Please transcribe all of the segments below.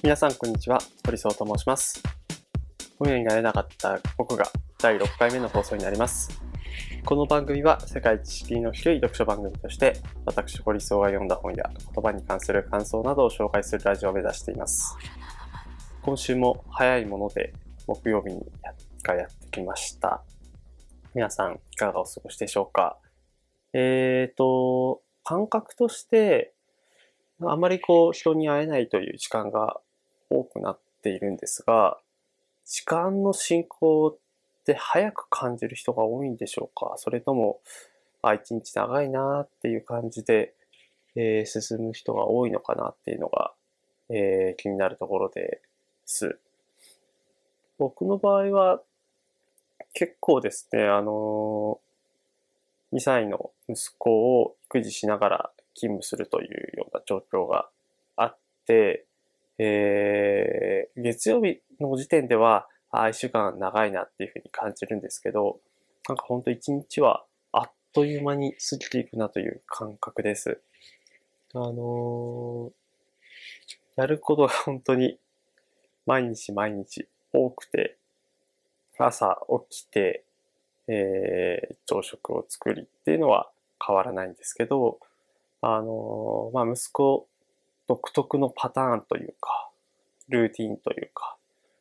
皆さんこんにちは、堀荘と申します。本屋になれなかった僕が第6回目の放送になります。この番組は世界知識の低い読書番組として、私堀荘が読んだ本や言葉に関する感想などを紹介するラジオを目指しています。今週も早いもので木曜日がやってきました。皆さんいかがお過ごしでしょうか。感覚としてあまり人に会えないという時間が多くなっているんですが、時間の進行って早く感じる人が多いんでしょうか？それとも、一日長いなっていう感じで、進む人が多いのかなっていうのが、気になるところです。僕の場合は結構ですね、2歳の息子を育児しながら勤務するというような状況があって、月曜日の時点では、1週間長いなっていうふうに感じるんですけど、なんかほんと1日はあっという間に過ぎていくなという感覚です。やることが本当に毎日毎日多くて、朝起きて、朝食を作りっていうのは変わらないんですけど、息子独特のパターンというか、ルーティンというか、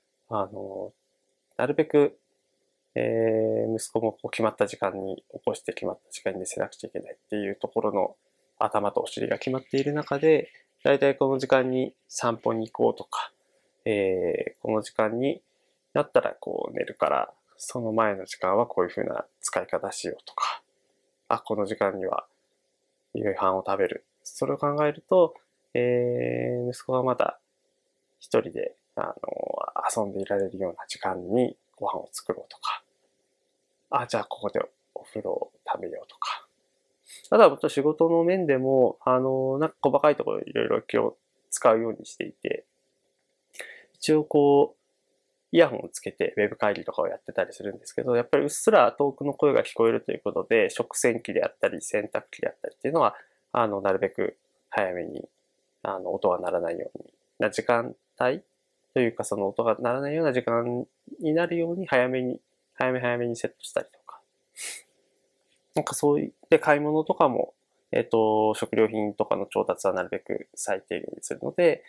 なるべく、息子も決まった時間に起こして決まった時間に寝せなくちゃいけないっていうところの頭とお尻が決まっている中で、だいたいこの時間に散歩に行こうとか、この時間になったら寝るから、その前の時間はこういう風な使い方しようとか、この時間には夕飯を食べる。それを考えると、息子がまだ一人で遊んでいられるような時間にご飯を作ろうとか、じゃあここでお風呂を食べようとか。あとはもっと仕事の面でも、なんか細かいところいろいろ気を使うようにしていて、一応イヤホンをつけてウェブ会議とかをやってたりするんですけど、やっぱりうっすら遠くの声が聞こえるということで、食洗機であったり洗濯機であったりっていうのは、なるべく早めに、音が鳴らないような時間帯というか、その音が鳴らないような時間になるように早めにセットしたりとか。なんかそういって買い物とかも、食料品とかの調達はなるべく最低限にするので、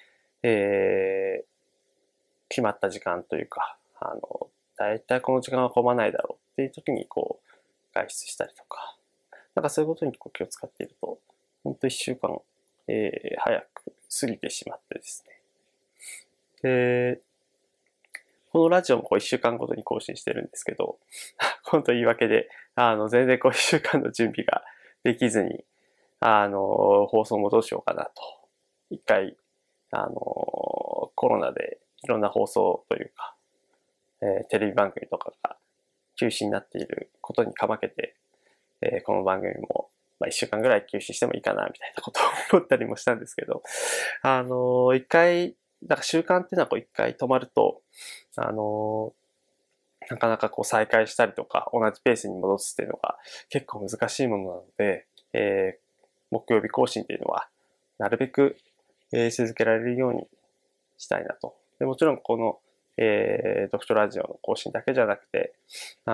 決まった時間というか、だいたいこの時間は混まないだろうっていう時に外出したりとか、なんかそういうことに気を使っていると、ほんと一週間、早く過ぎてしまってですね。で、このラジオも一週間ごとに更新してるんですけど、ほんと言い訳で、全然一週間の準備ができずに、放送もどうしようかなと。一回、コロナでいろんな放送というか、テレビ番組とかが休止になっていることにかまけて、この番組も、1週間ぐらい休止してもいいかな、みたいなことを思ったりもしたんですけど、一回、なんか習慣っていうのは一回止まると、なかなか再開したりとか、同じペースに戻すっていうのが結構難しいものなので、木曜日更新っていうのは、なるべく、続けられるようにしたいなと。でもちろんこの、読書ラジオの更新だけじゃなくて、日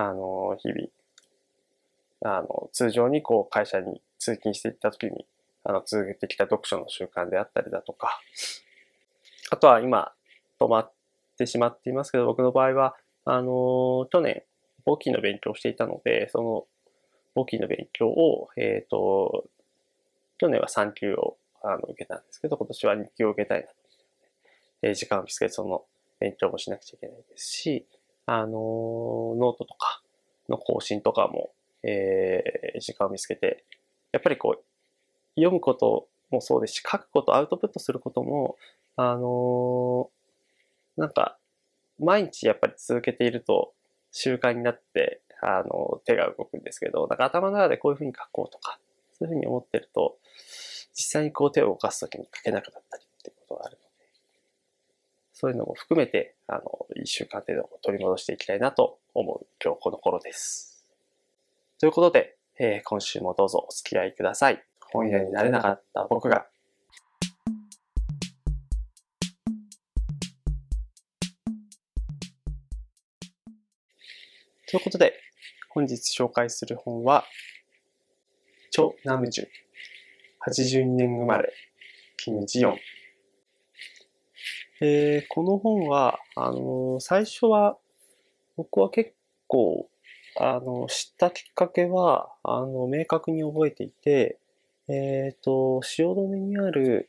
々、通常に会社に通勤していった時に、続けてきた読書の習慣であったりだとか、あとは今、止まってしまっていますけど、僕の場合は、去年、簿記の勉強をしていたので、その簿記の勉強を、去年は3級を受けたんですけど、今年は2級を受けたいなと。時間を見つけてその勉強もしなくちゃいけないですし、ノートとかの更新とかも、時間を見つけて、やっぱり読むこともそうですし、書くこと、アウトプットすることも、なんか、毎日やっぱり続けていると習慣になって、手が動くんですけど、なんか頭の中でこういうふうに書こうとか、そういうふうに思ってると、実際に手を動かすときに書けなくなったりっていうことがあるので、そういうのも含めて、一週間程度取り戻していきたいなと思う今日この頃です。ということで、今週もどうぞお付き合いください。本屋になれなかった僕が。 ということで、本日紹介する本は、チョ・ナムジュン、82年生まれ、キム・ジヨン。この本は、最初は、僕は結構、知ったきっかけは、明確に覚えていて、汐留にある、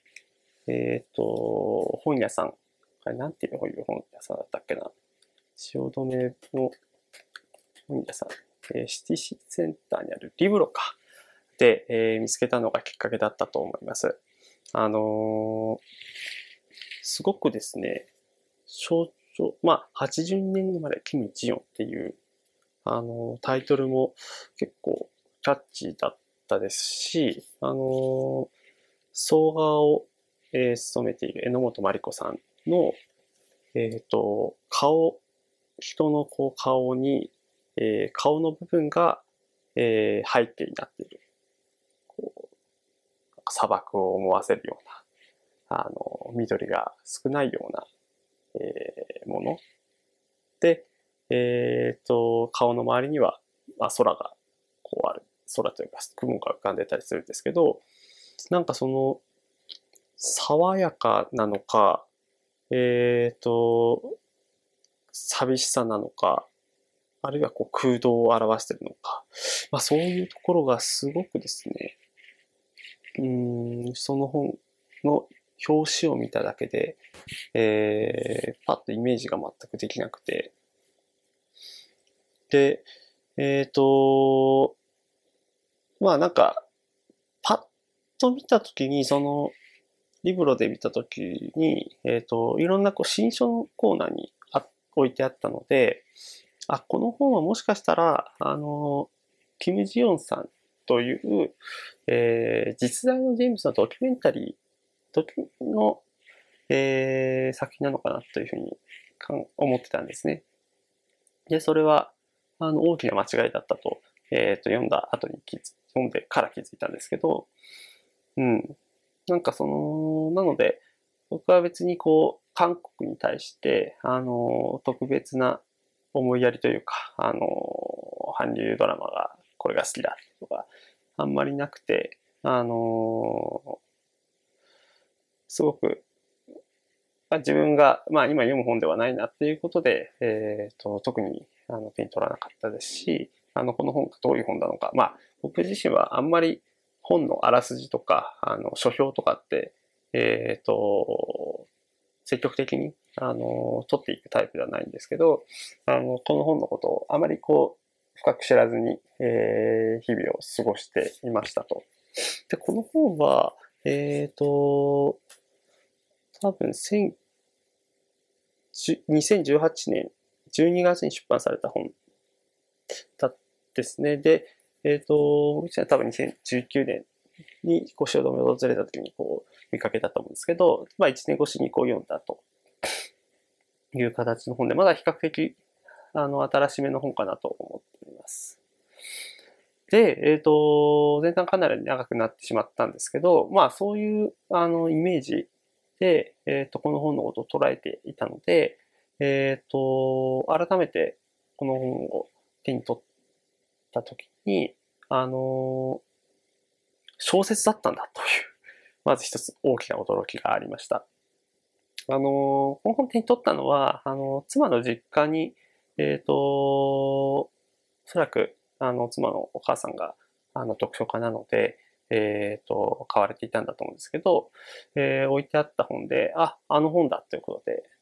本屋さん。あれ、なんていう本屋さんだったっけな。汐留の本屋さん。シティシティセンターにあるリブロか。で、見つけたのがきっかけだったと思います。すごくですね、82年生まれ、キム・ジヨンっていう、タイトルも結構キャッチーだったですし、総画を、務めている榎本真理子さんの、人のこう顔に、顔の部分が、背景になっている。こう砂漠を思わせるような、緑が少ないような、もの。で、顔の周りには、空がこうある。空というか雲が浮かんでたりするんですけど、なんかその、爽やかなのか、寂しさなのか、あるいはこう空洞を表しているのか、そういうところがすごくですね、その本の表紙を見ただけで、パッとイメージが全くできなくて、で、なんか、パッと見たときに、リブロで見たときに、いろんなこう新書のコーナーに置いてあったので、この本はもしかしたら、キム・ジヨンさんという、実在の人物のドキュメンタリーの、作品なのかなというふうに思ってたんですね。で、それは、大きな間違いだったと、読んでから気づいたんですけど、なんかなので、僕は別にこう、韓国に対して、特別な思いやりというか、韓流ドラマが、これが好きだとか、あんまりなくて、すごく、自分が、今読む本ではないなっていうことで、特に手に取らなかったですし、この本がどういう本なのか、僕自身はあんまり本のあらすじとか、書評とかって、積極的に、取っていくタイプではないんですけど、この本のことをあまりこう、深く知らずに、日々を過ごしていましたと。で、この本は、多分2018年12月に出版された本だですね。で、僕自身は多分2019年に汐留を訪れた時にこう見かけたと思うんですけど、1年越しにこう読んだという形の本で、まだ比較的新しめの本かなと思っています。で、前段かなり長くなってしまったんですけど、そういうイメージで、この本のことを捉えていたので、改めてこの本を手に取ったときに、小説だったんだという、まず一つ大きな驚きがありました。この本手に取ったのは、妻の実家に、おそらく、妻のお母さんが、読書家なので、買われていたんだと思うんですけど、置いてあった本で、あの本だということで、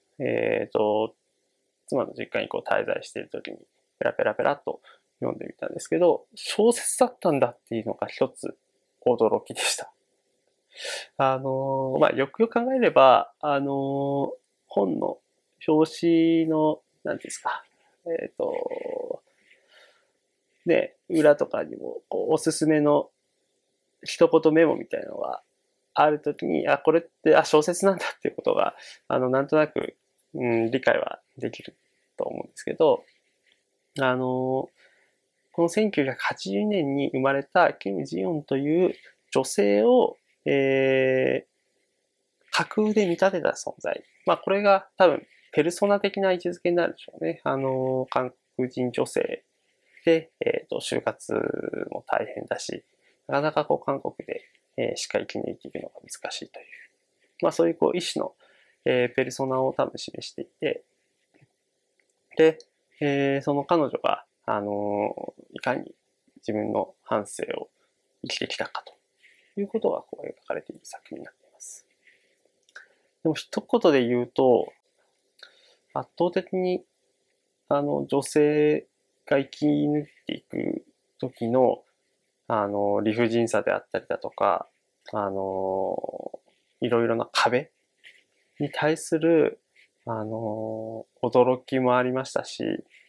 妻の実家にこう滞在しているときに、ペラペラペラっと読んでみたんですけど、小説だったんだっていうのが一つ驚きでした。よくよく考えれば、本の表紙の、なんていうんですか、裏とかにも、こう、おすすめの一言メモみたいなのがあるときに、これって、小説なんだっていうことが、なんとなく、理解はできると思うんですけど、この1980年に生まれたキム・ジヨンという女性を、架空で見立てた存在。これが多分、ペルソナ的な位置づけになるでしょうね。韓国人女性で、就活も大変だし、なかなか韓国で、しっかり生き抜いていくのが難しいという、そういう一種の、ペルソナを多分示していて、で、その彼女が、いかに自分の半生を生きてきたかということが描かれている作品になっています。でも一言で言うと、圧倒的に女性が生き抜いていく時の理不尽さであったりだとか、いろいろな壁に対する驚きもありましたし、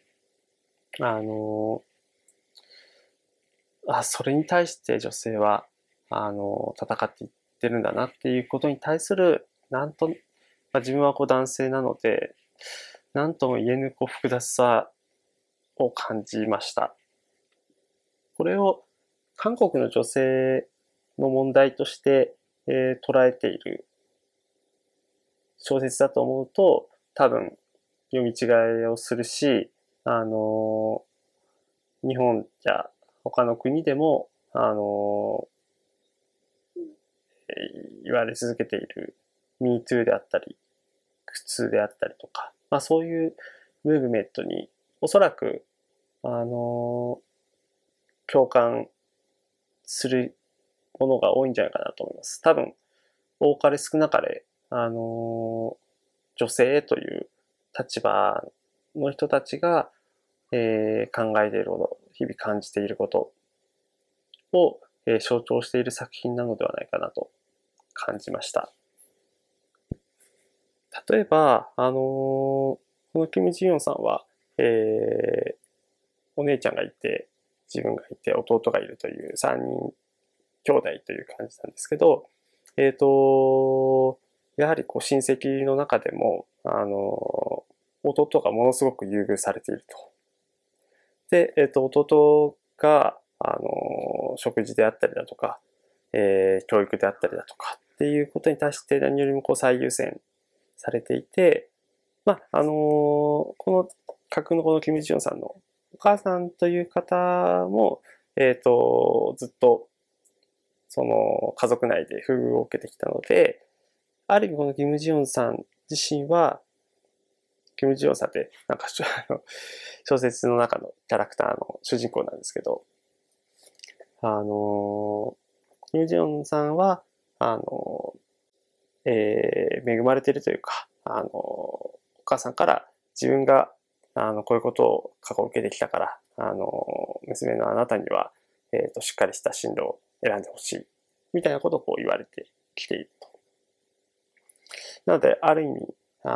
それに対して女性は戦っていってるんだなっていうことに対する自分は男性なので何とも言えぬ複雑さを感じました。これを韓国の女性の問題として、捉えている小説だと思うと多分読み違いをするし、日本や他の国でも、言われ続けている MeToo であったり、苦痛であったりとか、そういうムーブメントにおそらく、共感するものが多いんじゃないかなと思います。多分、多かれ少なかれ、女性という立場の人たちが、考えていること、日々感じていることを、象徴している作品なのではないかなと感じました。例えば、このキム・ジヨンさんは、お姉ちゃんがいて、自分がいて、弟がいるという3人兄弟という感じなんですけど、やはり親戚の中でも、弟がものすごく優遇されていると。で、弟が、食事であったりだとか、教育であったりだとかっていうことに対して何よりも最優先されていて、この架空のこのキム・ジヨンさんのお母さんという方も、ずっとその家族内で不遇を受けてきたので、ある意味このキム・ジヨンさん自身は、キム・ジヨンさんって小説の中のキャラクターの主人公なんですけど、キム・ジヨンさんは、恵まれているというか、お母さんから自分が、こういうことを過去受けてきたから、娘のあなたには、しっかりした進路を選んでほしい、みたいなことを言われてきていると。なので、ある意味、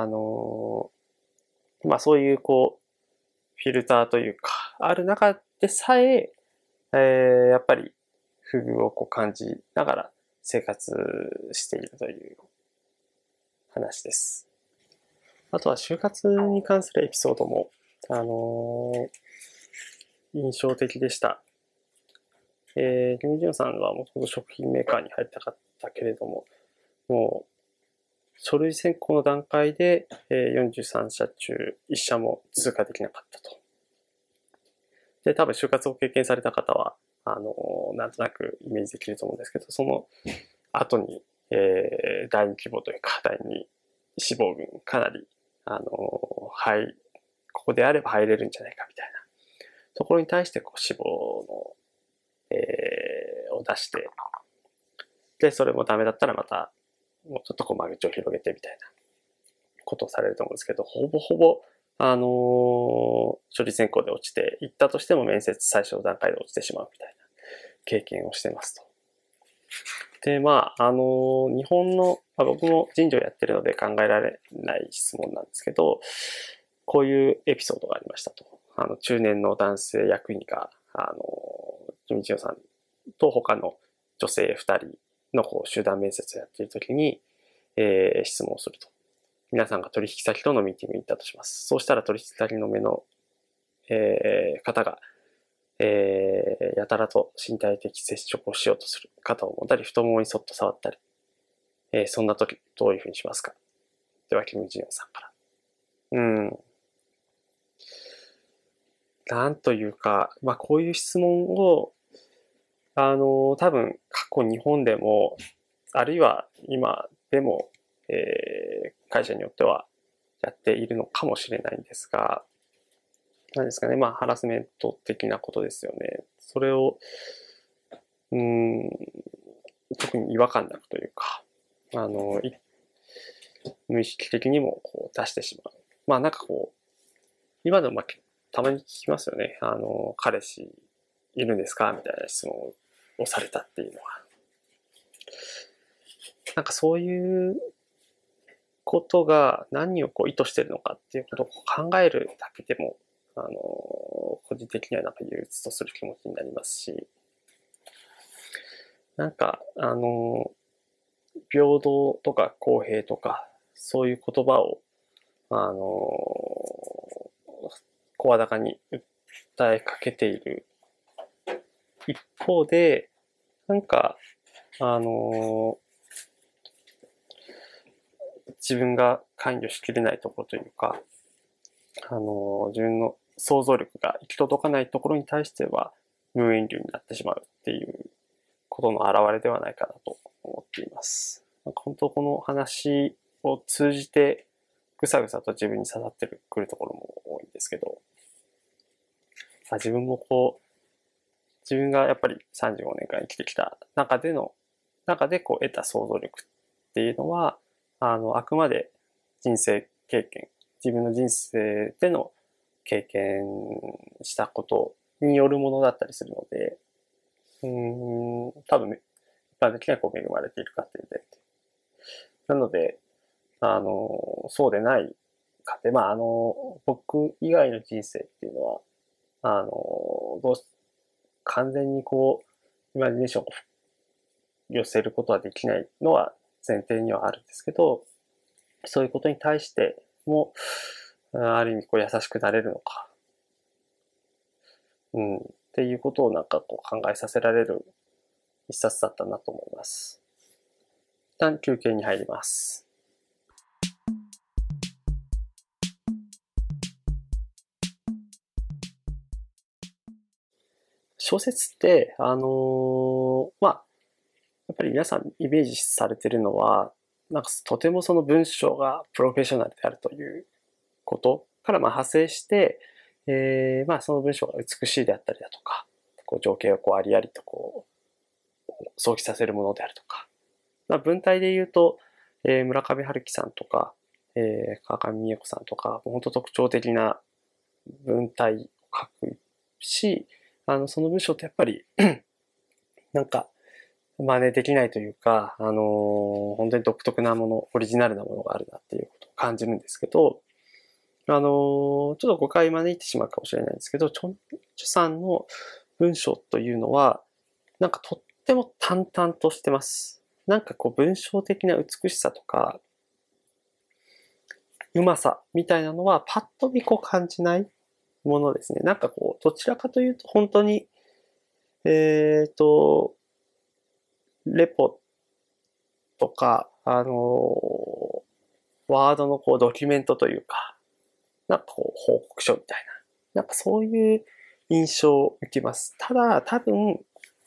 そういうフィルターというか、ある中でさえ、やっぱり不遇を感じながら生活しているという話です。あとは就活に関するエピソードも、印象的でした。キム・ジヨンさんはもともと食品メーカーに入りたかったけれども、もう書類選考の段階で43社中1社も通過できなかったと。で、多分就活を経験された方は、なんとなくイメージできると思うんですけど、その後に、第2希望というか、第2志望群、かなり、ここであれば入れるんじゃないかみたいなところに対して志望の、を出して、で、それもダメだったらまた、もうちょっと間口を広げてみたいなことをされると思うんですけど、ほぼほぼ、処理選考で落ちて、行ったとしても面接最初の段階で落ちてしまうみたいな経験をしてますと。で、日本の、僕も人事をやってるので考えられない質問なんですけど、こういうエピソードがありましたと。中年の男性役員が、キム・ジヨンさんと他の女性2人の集団面接をやっているときに、質問をすると。皆さんが取引先とのミーティングに行ったとします。そうしたら取引先の目の、方が、やたらと身体的接触をしようとする。肩を持ったり、太ももにそっと触ったり。そんな時、どういうふうにしますか？では、キム・ジヨンさんから。 なんというか、こういう質問を、多分過去日本でも、あるいは今でも、会社によってはやっているのかもしれないんですが、何ですかね、ハラスメント的なことですよね。それを、特に違和感なくというか、無意識的にもこう出してしまう。今でもたまに聞きますよね。彼氏いるんですかみたいな質問をされたっていうのは。そういうことが何をこう意図しているのかっていうことを考えるだけでも、個人的には憂鬱とする気持ちになりますし、平等とか公平とか、そういう言葉を、声高に訴えかけている一方で、自分が関与しきれないところというか、自分の想像力が行き届かないところに対しては無遠慮になってしまうっていうことの表れではないかなと思っています。本当この話を通じてぐさぐさと自分に刺さってくるところも多いんですけど、自分も自分がやっぱり35年間生きてきた中で得た想像力っていうのは、あくまで人生経験、自分の人生での経験したことによるものだったりするので、多分、一般的には恵まれている過程で。なので、そうでない過程、僕以外の人生っていうのは、完全にイマジネーションを寄せることはできないのは前提にはあるんですけど、そういうことに対しても、ある意味優しくなれるのか。っていうことを考えさせられる一冊だったなと思います。一旦休憩に入ります。小説って、やっぱり皆さんイメージされているのは、とてもその文章がプロフェッショナルであるということから派生して、その文章が美しいであったりだとか、情景をありありと想起させるものであるとか、文体で言うと、村上春樹さんとか、川上美恵子さんとか、本当特徴的な文体を書くし、その文章ってやっぱり真似できないというか、本当に独特なもの、オリジナルなものがあるなっていうことを感じるんですけど、ちょっと誤解招いてしまうかもしれないんですけど、チョさんの文章というのは、とっても淡々としてます。文章的な美しさとか、うまさみたいなのはパッと見感じないものですね。どちらかというと本当に、レポとか、ワードのドキュメントというか、報告書みたいな。そういう印象を受けます。ただ、多分、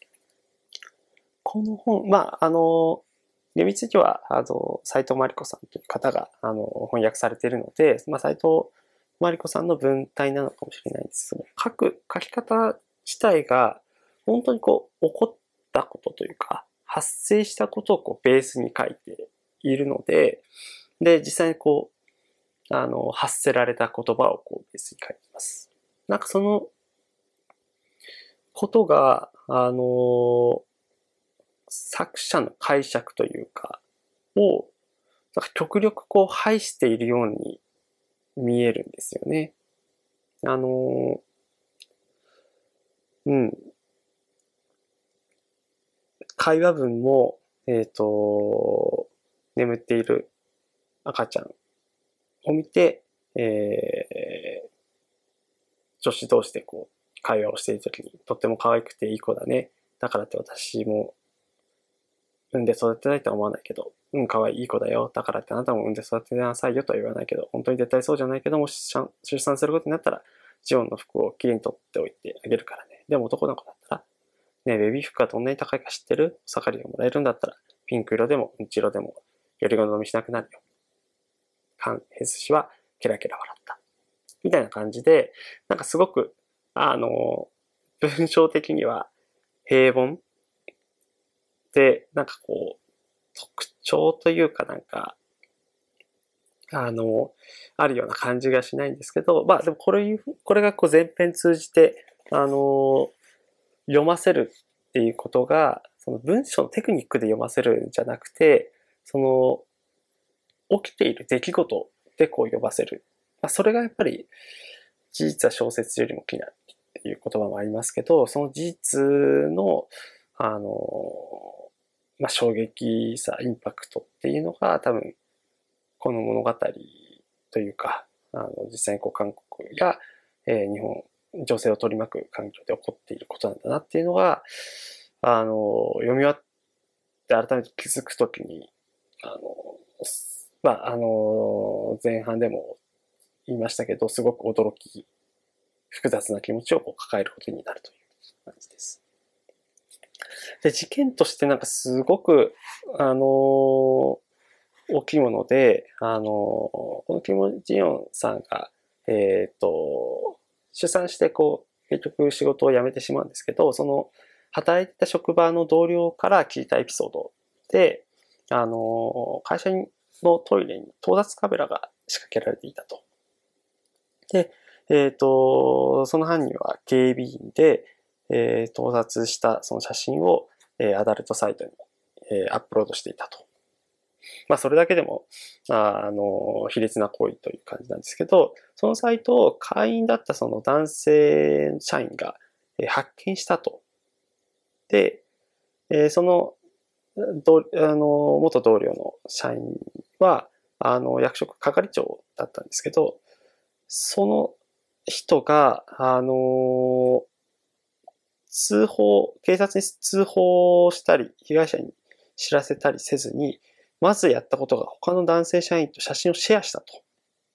この本、厳密には、斉藤真理子さんという方が、翻訳されているので、斉藤真理子さんの文体なのかもしれないんですけど、書き方自体が、本当に起こったことというか、発生したことをベースに書いているので、実際に発せられた言葉をベースに書いています。そのことが、作者の解釈というか、を、極力排しているように見えるんですよね。会話文も、眠っている赤ちゃんを見て、女子同士で会話をしているときに、とっても可愛くていい子だね。だからって私も産んで育てないとは思わないけど、可愛いいい子だよ。だからってあなたも産んで育てなさいよとは言わないけど、本当に絶対そうじゃないけども、出産することになったら、 ジオンの服をきれいに取っておいてあげるからね。でも男の子だったら、ね、ベビー服がどんなに高いか知ってる？お下がりがもらえるんだったら、ピンク色でもうんち色でも、より好みしなくなるよ。カン・ヘス氏はケラケラ笑った。みたいな感じで、なんかすごく、文章的には平凡で、なんかこう、特徴というかなんか、あるような感じがしないんですけど、まあでもこれがこう全編通じて、読ませるっていうことが、その文章のテクニックで読ませるんじゃなくて、その、起きている出来事でこう読ませる。まあ、それがやっぱり、事実は小説よりも大きなっていう言葉もありますけど、その事実の、まあ、衝撃さ、インパクトっていうのが多分、この物語というか、実際にこう韓国や、日本、女性を取り巻く環境で起こっていることなんだなっていうのが、読み終わって改めて気づくときに、まあ、前半でも言いましたけど、すごく驚き、複雑な気持ちをこう抱えることになるという感じです。で、事件としてなんかすごく、大きいもので、このキム・ジヨンさんが、出産してこう、結局仕事を辞めてしまうんですけど、その、働いてた職場の同僚から聞いたエピソードで、会社のトイレに盗撮カメラが仕掛けられていたと。で、その犯人は警備員で、盗撮したその写真を、アダルトサイトに、アップロードしていたと。まあ、それだけでも、卑劣な行為という感じなんですけど、そのサイトを会員だったその男性社員が発見したと。で、その、元同僚の社員は、役職係長だったんですけど、その人が、警察に通報したり、被害者に知らせたりせずに、まずやったことが他の男性社員と写真をシェアしたと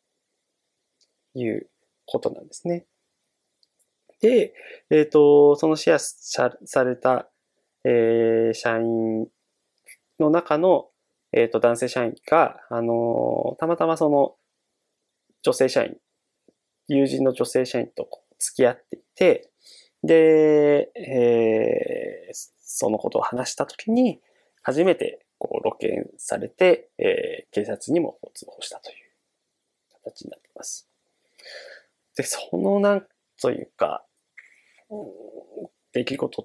いうことなんですね。で、そのシェアされた、社員の中の、男性社員が、たまたまその女性社員、友人の女性社員と付き合っていて、で、そのことを話したときに、初めてこう露見されて、警察にも通報したという形になっています。で、そのなんというか、出来事って、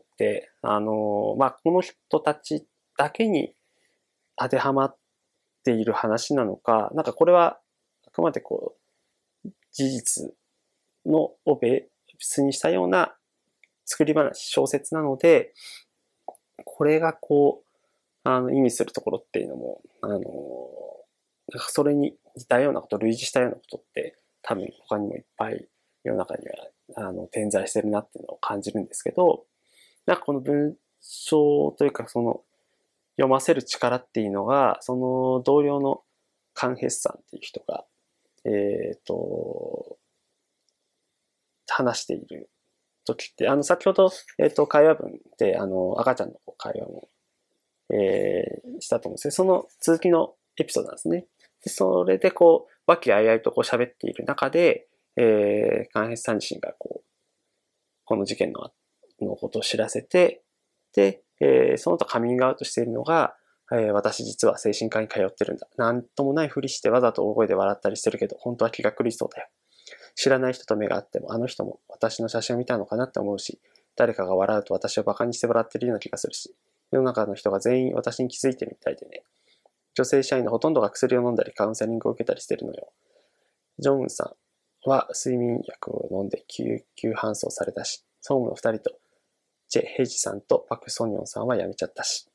まあ、この人たちだけに当てはまっている話なのか、なんかこれはあくまでこう、事実のをベースにしたような作り話、小説なので、これがこう、意味するところっていうのも、なんかそれに似たようなこと、類似したようなことって多分他にもいっぱい世の中には、点在してるなっていうのを感じるんですけど、なんかこの文章というかその読ませる力っていうのが、その同僚のカン・ヘッサンっていう人が、話している時って、先ほど、会話文で、赤ちゃんの会話も、したと思うんですけど、その続きのエピソードなんですね。でそれでこう、和気あいあいとこう喋っている中で、カンヘッサン自身がこう、この事件のことを知らせて、で、その後カミングアウトしているのが、私実は精神科に通ってるんだ。なんともないふりしてわざと大声で笑ったりしてるけど、本当は気が狂いそうだよ。知らない人と目が合っても、あの人も私の写真を見たのかなって思うし、誰かが笑うと私を馬鹿にして笑ってるような気がするし、世の中の人が全員私に気づいてるみたいでね。女性社員のほとんどが薬を飲んだりカウンセリングを受けたりしてるのよ。ジョンウンさんは睡眠薬を飲んで救急搬送されたし、総務の二人とチェ・ヘイジさんとパク・ソニョンさんは辞めちゃったし。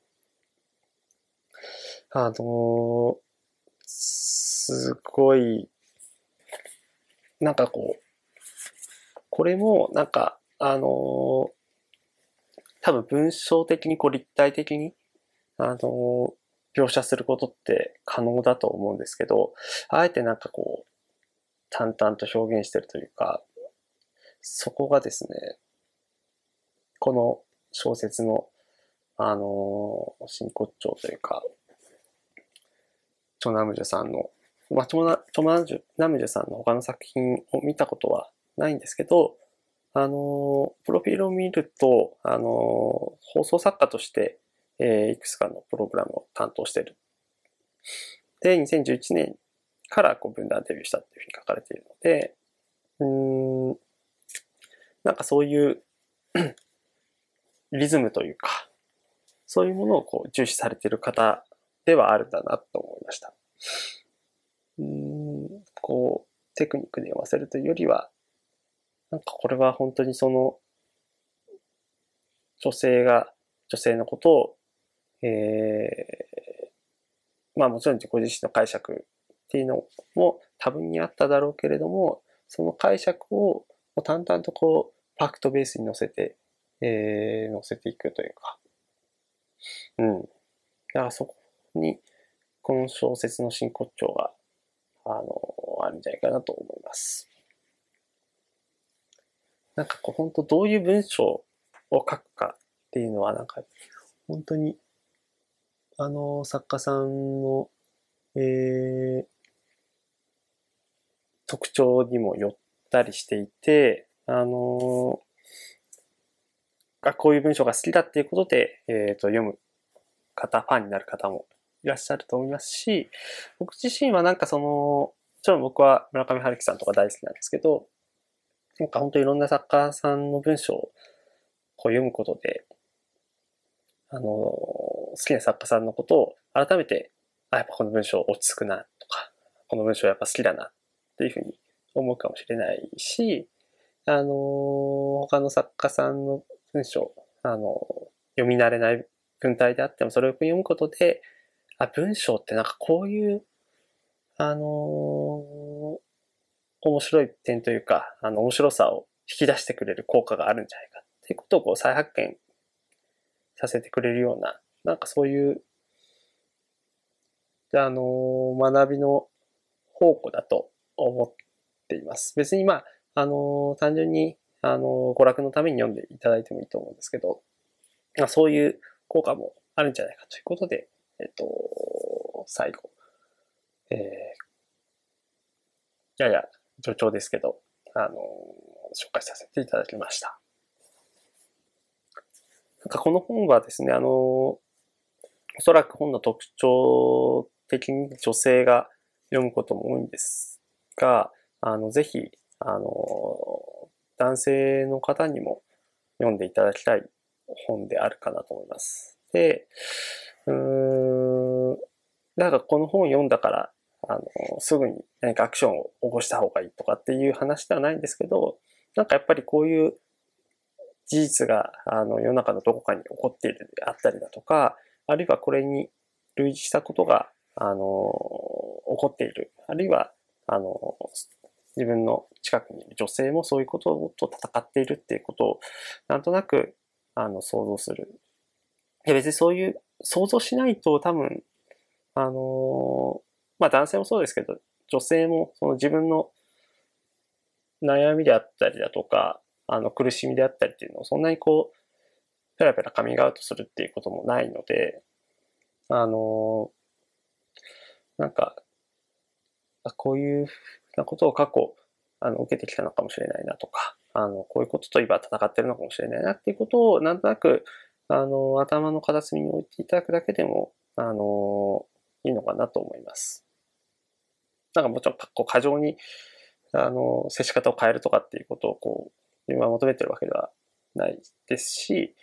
すごい、なんかこう、これもなんか、多分文章的にこう立体的に、描写することって可能だと思うんですけど、あえてなんかこう、淡々と表現してるというか、 そこがですね、この小説の、真骨頂というか、チョナムジュさんの、チョナムジュさんの他の作品を見たことはないんですけど、プロフィールを見ると、放送作家として、いくつかのプログラムを担当している。で、2011年から文壇デビューしたっていうふうに書かれているので、なんかそういうリズムというか、そういうものを重視されている方ではあるんだなと思いました。テクニックで読ませるというよりは、なんかこれは本当にその、女性のことを、もちろんご自身の解釈っていうのも多分にあっただろうけれども、その解釈を淡々とファクトベースに乗せていくというか、だからそこに、この小説の真骨頂が、あるんじゃないかなと思います。なんか本当どういう文章を書くかっていうのは、なんか、本当に、作家さんの、特徴にもよったりしていて、こういう文章が好きだっていうことで、読む方、ファンになる方もいらっしゃると思いますし、僕自身はなんかもちろん僕は村上春樹さんとか大好きなんですけど、なんか本当いろんな作家さんの文章を読むことで、好きな作家さんのことを改めて、やっぱこの文章落ち着くなとか、この文章やっぱ好きだなっていうふうに思うかもしれないし、他の作家さんの文章、読み慣れない文体であってもそれを読むことで、文章ってなんかこういう、面白い点というか、面白さを引き出してくれる効果があるんじゃないかっていうことを再発見させてくれるような、なんかそういう、学びの宝庫だと思っています。別に単純に、娯楽のために読んでいただいてもいいと思うんですけど、そういう効果もあるんじゃないかということで、最後、やや冗長ですけど、紹介させていただきました。なんかこの本はですね、おそらく本の特徴的に女性が読むことも多いんですが、ぜひ、男性の方にも読んでいただきたい本であるかなと思います。で、なんかこの本を読んだから、すぐに何かアクションを起こした方がいいとかっていう話ではないんですけど、なんかやっぱりこういう事実が、世の中のどこかに起こっているであったりだとか、あるいはこれに類似したことが、起こっている。あるいは、自分の近くにいる女性もそういうことと戦っているっていうことを、なんとなく、想像する。別にそういう、想像しないと多分、男性もそうですけど、女性もその自分の悩みであったりだとか、苦しみであったりっていうのをそんなにペラペラカミングアウトするっていうこともないので、なんか、こういうふうなことを過去、受けてきたのかもしれないなとか、こういうことと今戦ってるのかもしれないなっていうことを、なんとなく、頭の片隅に置いていただくだけでも、いいのかなと思います。なんかもちろん、過剰に、接し方を変えるとかっていうことを自分は求めてるわけではないですし、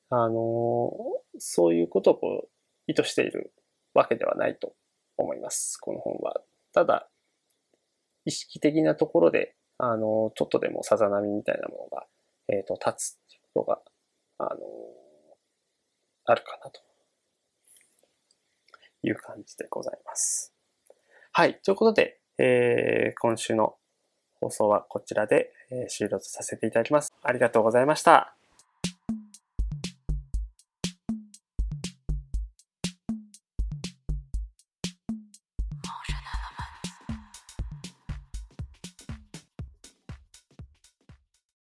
そういうことを意図しているわけではないと思います。この本は。ただ、意識的なところで、ちょっとでもさざ波みたいなものが、立つっていうことが、あるかなという感じでございます。はい。ということで、今週の放送はこちらで終了とさせていただきます。ありがとうございました。